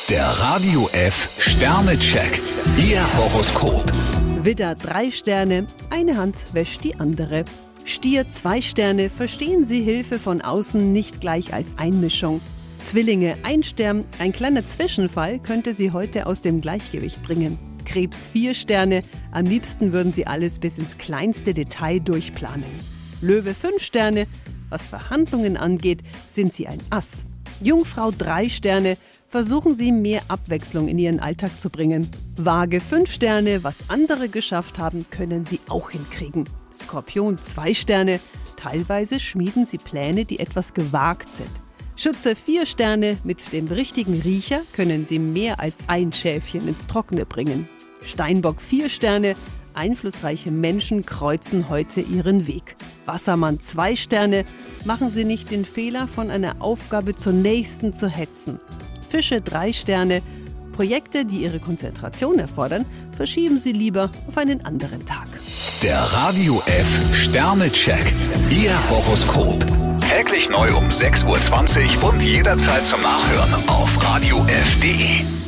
Der Radio F Sternecheck. Ihr Horoskop. Widder 3 Sterne, eine Hand wäscht die andere. Stier 2 Sterne, verstehen Sie Hilfe von außen nicht gleich als Einmischung. Zwillinge 1 Stern, ein kleiner Zwischenfall könnte Sie heute aus dem Gleichgewicht bringen. Krebs 4 Sterne, am liebsten würden Sie alles bis ins kleinste Detail durchplanen. Löwe 5 Sterne, was Verhandlungen angeht, sind Sie ein Ass. Jungfrau 3 Sterne, versuchen Sie mehr Abwechslung in Ihren Alltag zu bringen. Waage 5 Sterne, was andere geschafft haben, können Sie auch hinkriegen. Skorpion 2 Sterne, teilweise schmieden Sie Pläne, die etwas gewagt sind. Schütze 4 Sterne, mit dem richtigen Riecher können Sie mehr als ein Schäfchen ins Trockene bringen. Steinbock 4 Sterne, einflussreiche Menschen kreuzen heute ihren Weg. Wassermann 2 Sterne, machen Sie nicht den Fehler, von einer Aufgabe zur nächsten zu hetzen. Fische 3 Sterne, Projekte, die Ihre Konzentration erfordern, verschieben Sie lieber auf einen anderen Tag. Der Radio F Sternecheck. Ihr Horoskop. Täglich neu um 6:20 Uhr und jederzeit zum Nachhören auf radiof.de.